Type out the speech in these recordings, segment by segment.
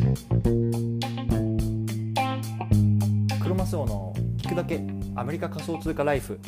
クロマスオの聞くだけアメリカ仮想通貨ライフ。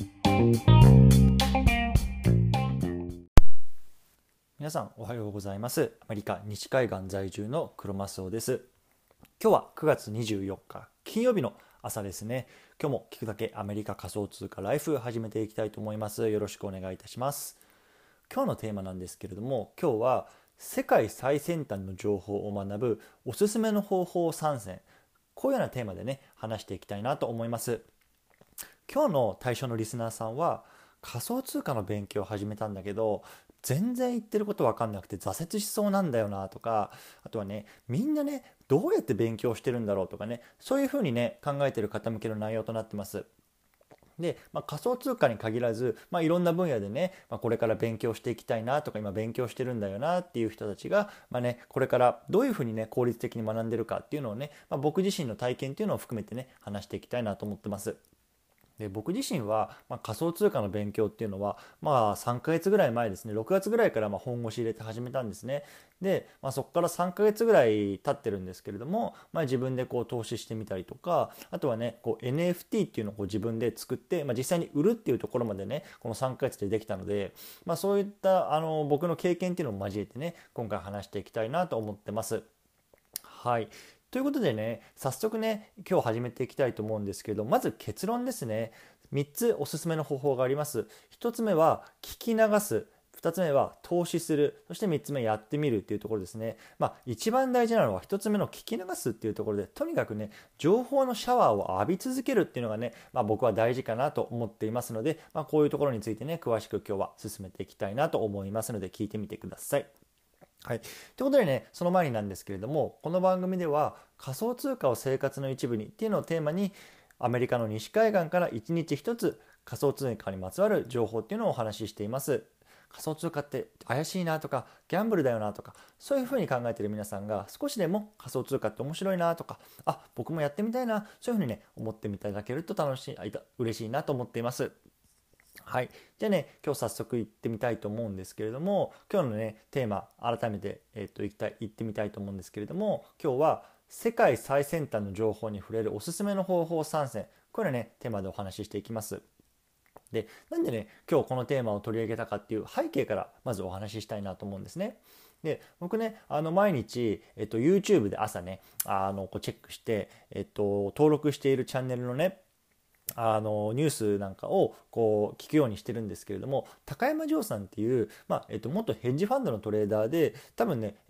皆さんおはようございます。アメリカ西海岸在住のクロマスオです。今日は9月24日金曜日の朝ですね。今日も聞くだけアメリカ仮想通貨ライフ始めていきたいと思います。よろしくお願いいたします。今日のテーマなんですけれども、今日は世界最先端の情報を学ぶおすすめの方法3選、こういうようなテーマでね話していきたいなと思います。今日の対象のリスナーさんは仮想通貨の勉強を始めたんだけど全然言ってること分かんなくて挫折しそうなんだよなとか、あとはねみんなねどうやって勉強してるんだろうとかね、そういうふうにね考えてる方向けの内容となってます。で、仮想通貨に限らず、いろんな分野でね、これから勉強していきたいなとか今勉強してるんだよなっていう人たちが、これからどういうふうにね効率的に学んでるかっていうのをね、僕自身の体験っていうのを含めてね話していきたいなと思ってます。で僕自身は、仮想通貨の勉強っていうのは、3ヶ月ぐらい前ですね、6月ぐらいから本腰入れて始めたんですね。で、そこから3ヶ月ぐらい経ってるんですけれども、自分で投資してみたりとか、あとはねNFT っていうのを自分で作って、実際に売るっていうところまでねこの3ヶ月でできたので、そういった僕の経験っていうのを交えてね今回話していきたいなと思ってます。はい。ということでね、早速ね、今日始めていきたいと思うんですけど、まず結論ですね。3つおすすめの方法があります。1つ目は聞き流す。2つ目は投資する。そして3つ目やってみるっていうところですね。一番大事なのは1つ目の聞き流すっていうところで、とにかくね、情報のシャワーを浴び続けるっていうのがね、僕は大事かなと思っていますので、こういうところについてね、詳しく今日は進めていきたいなと思いますので、聞いてみてください。はい。ということでね、その前になんですけれども、この番組では仮想通貨を生活の一部にっていうのをテーマに、アメリカの西海岸から1日1つ仮想通貨にまつわる情報っていうのをお話ししています。仮想通貨って怪しいなとか、ギャンブルだよなとか、そういうふうに考えている皆さんが少しでも仮想通貨って面白いなとか、僕もやってみたいな、そういうふうにね、思ってみていただけると嬉しいなと思っています。はい。じゃあね、今日早速行ってみたいと思うんですけれども、今日のね、テーマ、改めて、言ってみたいと思うんですけれども、今日は世界最先端の情報に触れるおすすめの方法3選。これね、テーマでお話ししていきます。で、なんでね、今日このテーマを取り上げたかっていう背景からまずお話ししたいなと思うんですね。で、僕ね、毎日、YouTube で朝ね、チェックして、登録しているチャンネルのね、ニュースなんかを聞くようにしてるんですけれども、高山城さんっていう、元ヘッジファンドのトレーダーで、多分ね、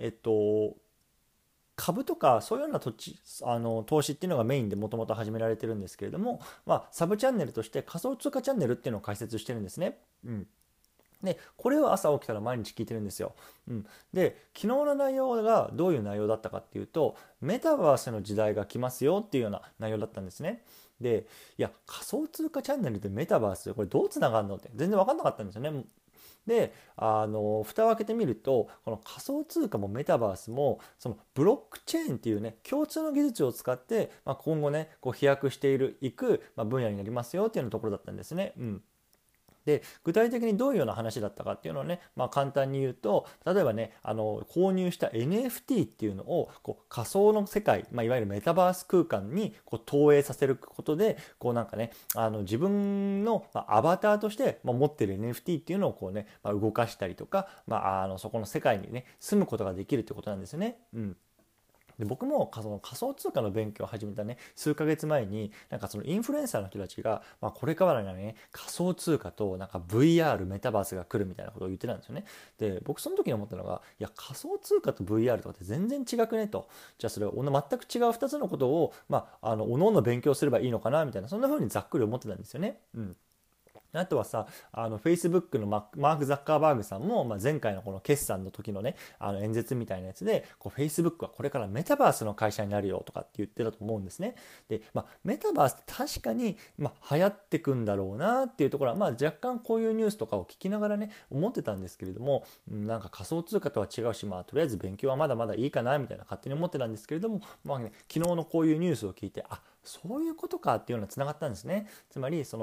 株とかそういうような投資っていうのがメインでもともと始められてるんですけれども、サブチャンネルとして仮想通貨チャンネルっていうのを開設してるんですね。でこれを朝起きたら毎日聞いてるんですよ。で昨日の内容がどういう内容だったかっていうと、メタバースの時代が来ますよっていうような内容だったんですね。でいや仮想通貨チャンネルでメタバースでこれどうつながるのって全然分かんなかったんですよね。で蓋を開けてみると、この仮想通貨もメタバースもそのブロックチェーンっていうね共通の技術を使って、今後ね飛躍していく分野になりますよっていうようなところだったんですね。で具体的にどういうような話だったかっていうのをね、簡単に言うと、例えばね購入した NFT っていうのを仮想の世界、いわゆるメタバース空間に投影させることでなんかね自分のアバターとして、持ってる NFT っていうのを動かしたりとか、そこの世界にね住むことができるってことなんですよね。で僕もその仮想通貨の勉強を始めたね数ヶ月前にそのインフルエンサーの人たちが、これからのね仮想通貨とVR メタバースが来るみたいなことを言ってたんですよね。で僕その時に思ったのが、いや仮想通貨と VR とかって全然違くねと、じゃあそれを全く違う2つのことをおのおの勉強すればいいのかなみたいな、そんな風にざっくり思ってたんですよね。あとはさ、Facebook のマーク・ザッカーバーグさんも、前回のこの決算の時のね、演説みたいなやつで、Facebook はこれからメタバースの会社になるよとかって言ってたと思うんですね。で、メタバースって確かに、流行ってくんだろうなっていうところは、若干こういうニュースとかを聞きながらね、思ってたんですけれども、仮想通貨とは違うし、とりあえず勉強はまだまだいいかなみたいな勝手に思ってたんですけれども、昨日のこういうニュースを聞いて、そういうことかっていうのがつながったんですね。つまり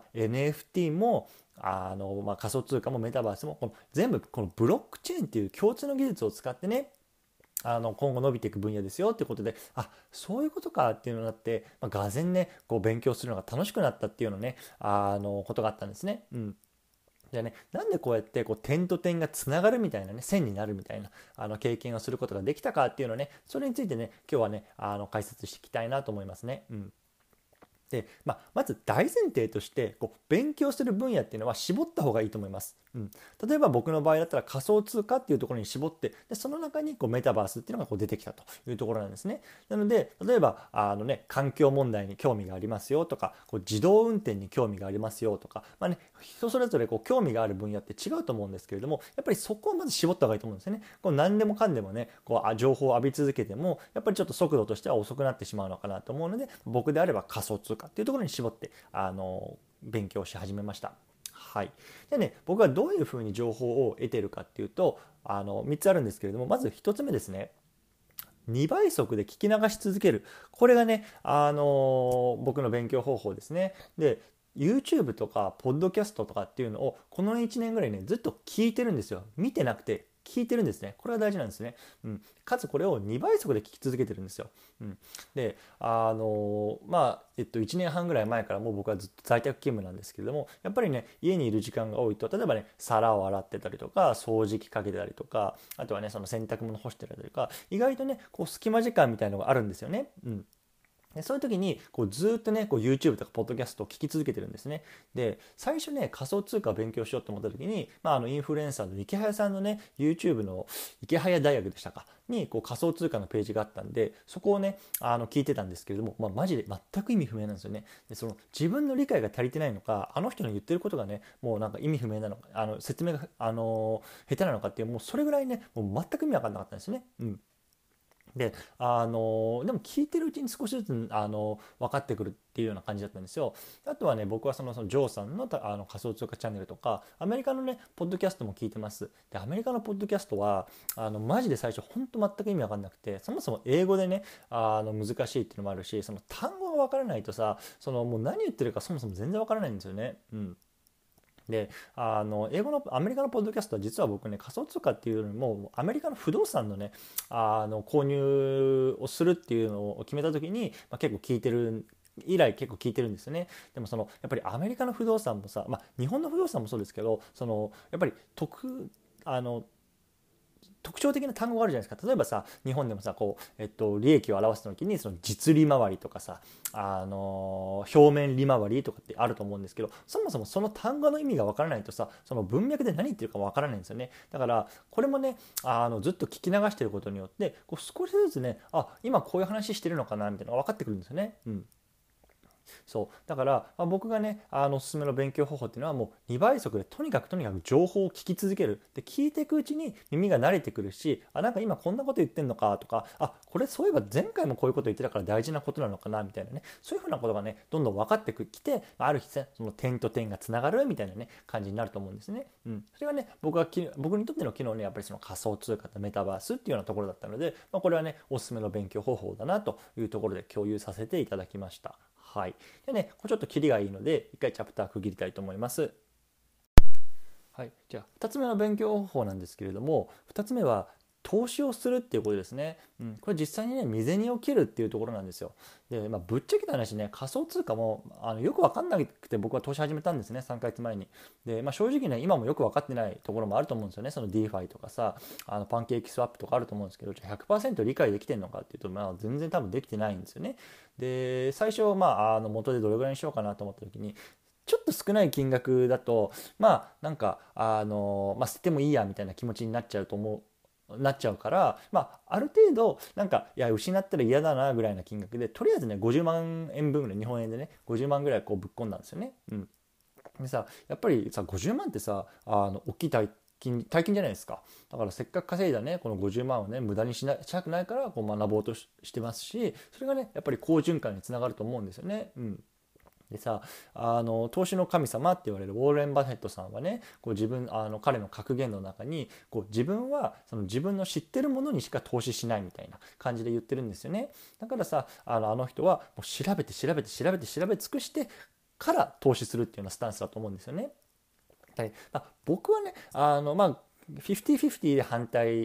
NFT も仮想通貨もメタバースも全部このブロックチェーンっていう共通の技術を使ってね今後伸びていく分野ですよっていうことで、そういうことかっていうのになって、がぜねこう勉強するのが楽しくなったっていうのねことがあったんですね。でね、なんでこうやってこう点と点がつながるみたいなね、線になるみたいな経験をすることができたかっていうのをね、それについてね今日はね解説していきたいなと思いますね。で、まず大前提としてこう勉強する分野っていうのは絞った方がいいと思います。例えば僕の場合だったら仮想通貨っていうところに絞って、でその中にこうメタバースっていうのがこう出てきたというところなんですね。なので例えば環境問題に興味がありますよとか、こう自動運転に興味がありますよとか、人それぞれこう興味がある分野って違うと思うんですけれども、やっぱりそこをまず絞った方がいいと思うんですよね。こう何でもかんでもねこう情報を浴び続けてもやっぱりちょっと速度としては遅くなってしまうのかなと思うので、僕であれば仮想通貨っていうところに絞って勉強し始めました。でね、僕はどういうふうに情報を得ているかっていうと3つあるんですけれども、まず1つ目ですね。2倍速で聞き流し続ける。これがね、僕の勉強方法ですね。で、YouTube とかポッドキャストとかっていうのをこの1年ぐらいねずっと聞いてるんですよ。見てなくて聞いてるんですね。これは大事なんですね。かつこれを2倍速で聞き続けてるんですよ。で1年半ぐらい前からもう僕はずっと在宅勤務なんですけれども、やっぱりね家にいる時間が多いと、例えばね皿を洗ってたりとか掃除機かけてたりとか、あとはねその洗濯物干してたりとか、意外とねこう隙間時間みたいなのがあるんですよね。でそういう時にこうずっとねこう YouTube とかポッドキャストを聞き続けてるんですね。で最初ね仮想通貨を勉強しようと思った時に、インフルエンサーの池早さんのね YouTube の池早大学でしたかにこう仮想通貨のページがあったんで、そこをね聞いてたんですけれども、マジで全く意味不明なんですよね。でその自分の理解が足りてないのか、あの人の言ってることがねもうなんか意味不明なのか、説明が下手なのかっていう、もうそれぐらいねもう全く意味わかんなかったんですよね。ででも聞いてるうちに少しずつ分かってくるっていうような感じだったんですよ。あとはね僕はそのジョーさんの仮想通貨チャンネルとかアメリカのねポッドキャストも聞いてます。でアメリカのポッドキャストはマジで最初本当全く意味わかんなくて、そもそも英語でね難しいっていうのもあるし、その単語がわからないとさ、そのもう何言ってるかそもそも全然わからないんですよね。で英語のアメリカのポッドキャストは実は僕ね仮想通貨っていうよりもアメリカの不動産のね購入をするっていうのを決めた時に、結構聞いてる以来結構聞いてるんですよね。でもやっぱりアメリカの不動産もさ、日本の不動産もそうですけど、やっぱり特徴的な単語があるじゃないですか。例えばさ日本でもさ利益を表す時にその実利回りとかさ、表面利回りとかってあると思うんですけど、そもそもその単語の意味がわからないとさ、その文脈で何言ってるかわからないんですよね。だからこれもねずっと聞き流していることによってこう少しずつね今こういう話してるのかなみたいなのが分かってくるんですよね。そうだから、僕がねおすすめの勉強方法っていうのはもう2倍速でとにかく情報を聞き続ける。で聞いていくうちに耳が慣れてくるし、なんか今こんなこと言ってんのかとか、これそういえば前回もこういうこと言ってたから大事なことなのかなみたいなね、そういうふうなことがねどんどん分かってきて、ある日その点と点がつながるみたいなね感じになると思うんですね。それがね僕にとっての昨日ねやっぱりその仮想通貨とメタバースっていうようなところだったので、これはねおすすめの勉強方法だなというところで共有させていただきました。でね、これちょっとキリがいいので一回チャプター区切りたいと思います。じゃあ2つ目の勉強方法なんですけれども、2つ目は投資をするっていうことですね。これ実際にね未然を切るっていうところなんですよ。で、ぶっちゃけた話ね仮想通貨もよく分かんなくて僕は投資始めたんですね、3ヶ月前に。で、正直ね今もよく分かってないところもあると思うんですよね。その DeFi とかさパンケーキスワップとかあると思うんですけど、じゃあ 100% 理解できてるのかっていうと、全然多分できてないんですよね。で最初元でどれぐらいにしようかなと思った時に、ちょっと少ない金額だとなんか捨ててもいいやみたいな気持ちになっちゃうから、ある程度なんか失ったら嫌だなぐらいな金額で、とりあえずね50万円分ぐらい、日本円でね50万ぐらいこうぶっ込んだんですよね。でさやっぱりさ50万ってさ大きい大金じゃないですか。だからせっかく稼いだねこの50万をね無駄にしたくないからこう学ぼうとしてますし、それがねやっぱり好循環につながると思うんですよね。でさ投資の神様って言われるウォーレン・バフェットさんはねこう彼の格言の中にこう自分はその自分の知ってるものにしか投資しないみたいな感じで言ってるんですよね。だからさあの人はもう調べて尽くしてから投資するっていうようなスタンスだと思うんですよね。僕はね50-50で反対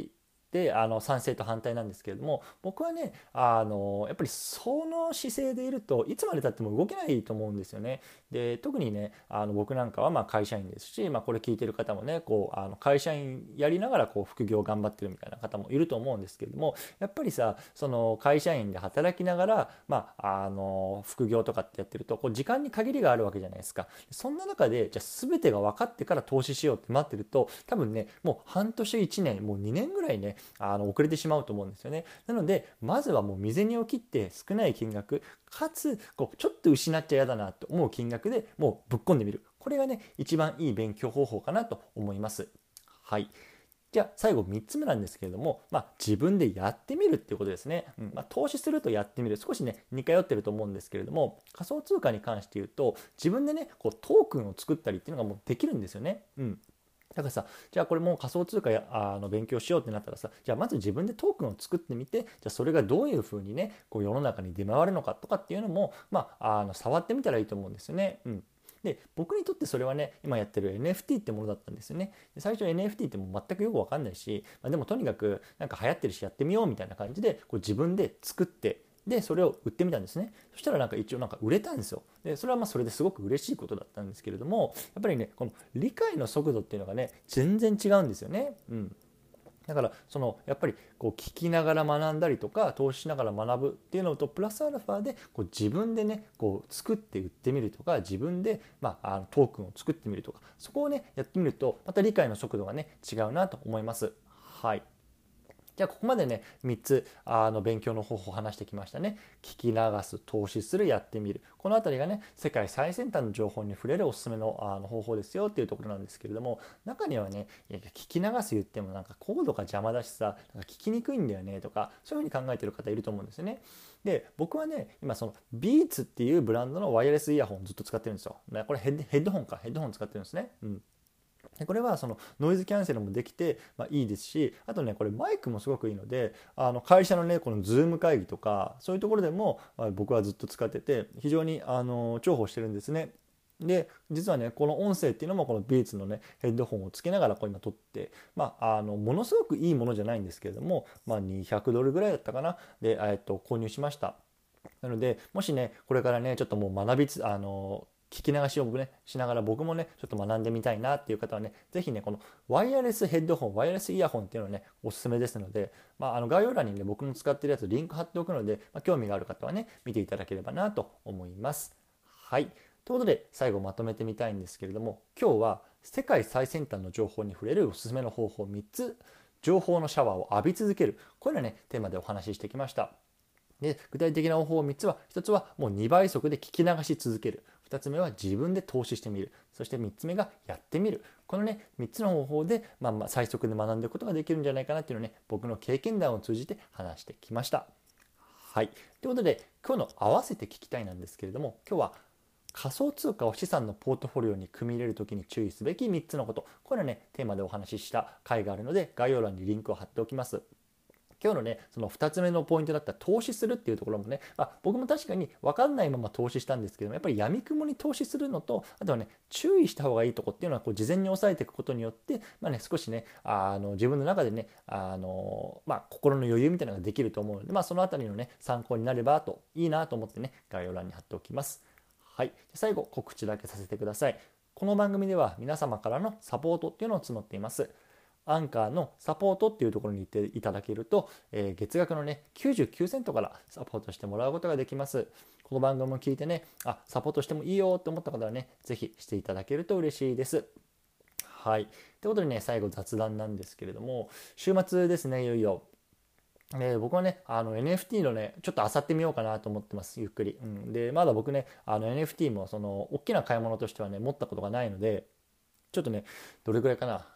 で賛成と反対なんですけれども、僕はねやっぱりその姿勢でいるといつまでたっても動けないと思うんですよね。で特にね僕なんかはまあ会社員ですし、これ聞いてる方もね会社員やりながら副業頑張ってるみたいな方もいると思うんですけれども、やっぱりさその会社員で働きながら、副業とかってやってると時間に限りがあるわけじゃないですか。そんな中でじゃあ全てが分かってから投資しようって待ってると、多分ねもう半年1年もう2年ぐらいね遅れてしまうと思うんですよね。なのでまずはもう身銭を切って少ない金額かつちょっと失っちゃ嫌だなと思う金額でもうぶっ込んでみる、これがね一番いい勉強方法かなと思います。はい。じゃあ最後3つ目なんですけれども、自分でやってみるっていうことですね。投資するとやってみる、少しね似通ってると思うんですけれども、仮想通貨に関して言うと自分でねトークンを作ったりっていうのがもうできるんですよね。だからさ、じゃあこれもう仮想通貨勉強しようってなったらさ、じゃあまず自分でトークンを作ってみて、じゃあそれがどういうふうにね世の中に出回るのかとかっていうのも触ってみたらいいと思うんですよね。で僕にとってそれはね今やってる NFT ってものだったんですよね。で最初 NFT ってもう全くよく分かんないし、でもとにかくなんか流行ってるしやってみようみたいな感じで自分で作ってでそれを売ってみたんですね。そしたら一応売れたんですよ。でそれはそれですごく嬉しいことだったんですけれども、やっぱりねこの理解の速度っていうのがね全然違うんですよね。だからやっぱり聞きながら学んだりとか投資しながら学ぶっていうのとプラスアルファで自分でね作って売ってみるとか、自分で、トークンを作ってみるとか、そこをねやってみるとまた理解の速度がね違うなと思います。はい。じゃあここまでね3つ勉強の方法を話してきましたね。聞き流す、投資する、やってみる、このあたりがね世界最先端の情報に触れるおすすめの方法ですよっていうところなんですけれども、中にはね聞き流す言ってもコードが邪魔だしさ聞きにくいんだよねとか、そういうふうに考えてる方いると思うんですよね。で僕はね今ビーツっていうブランドのワイヤレスイヤホンをずっと使ってるんですよ。これヘッドホン使ってるんですね。でこれはノイズキャンセルもできて、いいですし、あとねこれマイクもすごくいいので会社のねこの Zoom 会議とかそういうところでも、僕はずっと使ってて非常に重宝してるんですね。で実はねこの音声っていうのもこのビーツのねヘッドホンをつけながら今撮って、ものすごくいいものじゃないんですけれども、200ドルぐらいだったかなで、購入しました。なのでもしねこれからねちょっともう聞き流しをしながら僕もねちょっと学んでみたいなっていう方はね、ぜひねこのワイヤレスヘッドホン、ワイヤレスイヤホンっていうのはねおすすめですので、概要欄にね僕の使ってるやつリンク貼っておくので、興味がある方はね見ていただければなと思います。はい。ということで最後まとめてみたいんですけれども、今日は世界最先端の情報に触れるおすすめの方法3つ、情報のシャワーを浴び続ける、こういうのねテーマでお話ししてきました。で具体的な方法3つは、1つはもう2倍速で聞き流し続ける、2つ目は自分で投資してみる、そして3つ目がやってみる。このね3つの方法で、最速で学んでいくことができるんじゃないかなっていうのをね僕の経験談を通じて話してきました。はい。ということで今日の合わせて聞きたいなんですけれども、今日は仮想通貨を資産のポートフォリオに組み入れるときに注意すべき3つのこと、これはねテーマでお話しした回があるので概要欄にリンクを貼っておきます。今日のねその2つ目のポイントだった投資するっていうところもね、僕も確かに分かんないまま投資したんですけども、やっぱり闇雲に投資するのと、あとはね注意した方がいいとこっていうのは事前に押さえていくことによって、少しね自分の中でね心の余裕みたいなのができると思うので、そのあたりのね参考になればいいなと思ってね概要欄に貼っておきます。はい。最後告知だけさせてください。この番組では皆様からのサポートっていうのを募っています。アンカーのサポートっていうところに行っていただけると、月額のね99セントからサポートしてもらうことができます。この番組を聞いてねサポートしてもいいよと思った方はねぜひしていただけると嬉しいです。はい。ということでね最後雑談なんですけれども、週末ですねいよいよ。僕はねNFT のねちょっと漁ってみようかなと思ってます、ゆっくり。でまだ僕ねNFT も大きな買い物としてはね持ったことがないので、ちょっとねどれぐらいかな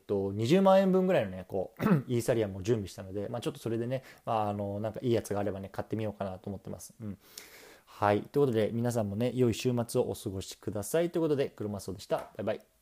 20万円分ぐらいのねイーサリアムを準備したので、ちょっとそれでね、なんかいいやつがあればね買ってみようかなと思ってます。はい。ということで皆さんもね良い週末をお過ごしくださいということで、クロマスオでした。バイバイ。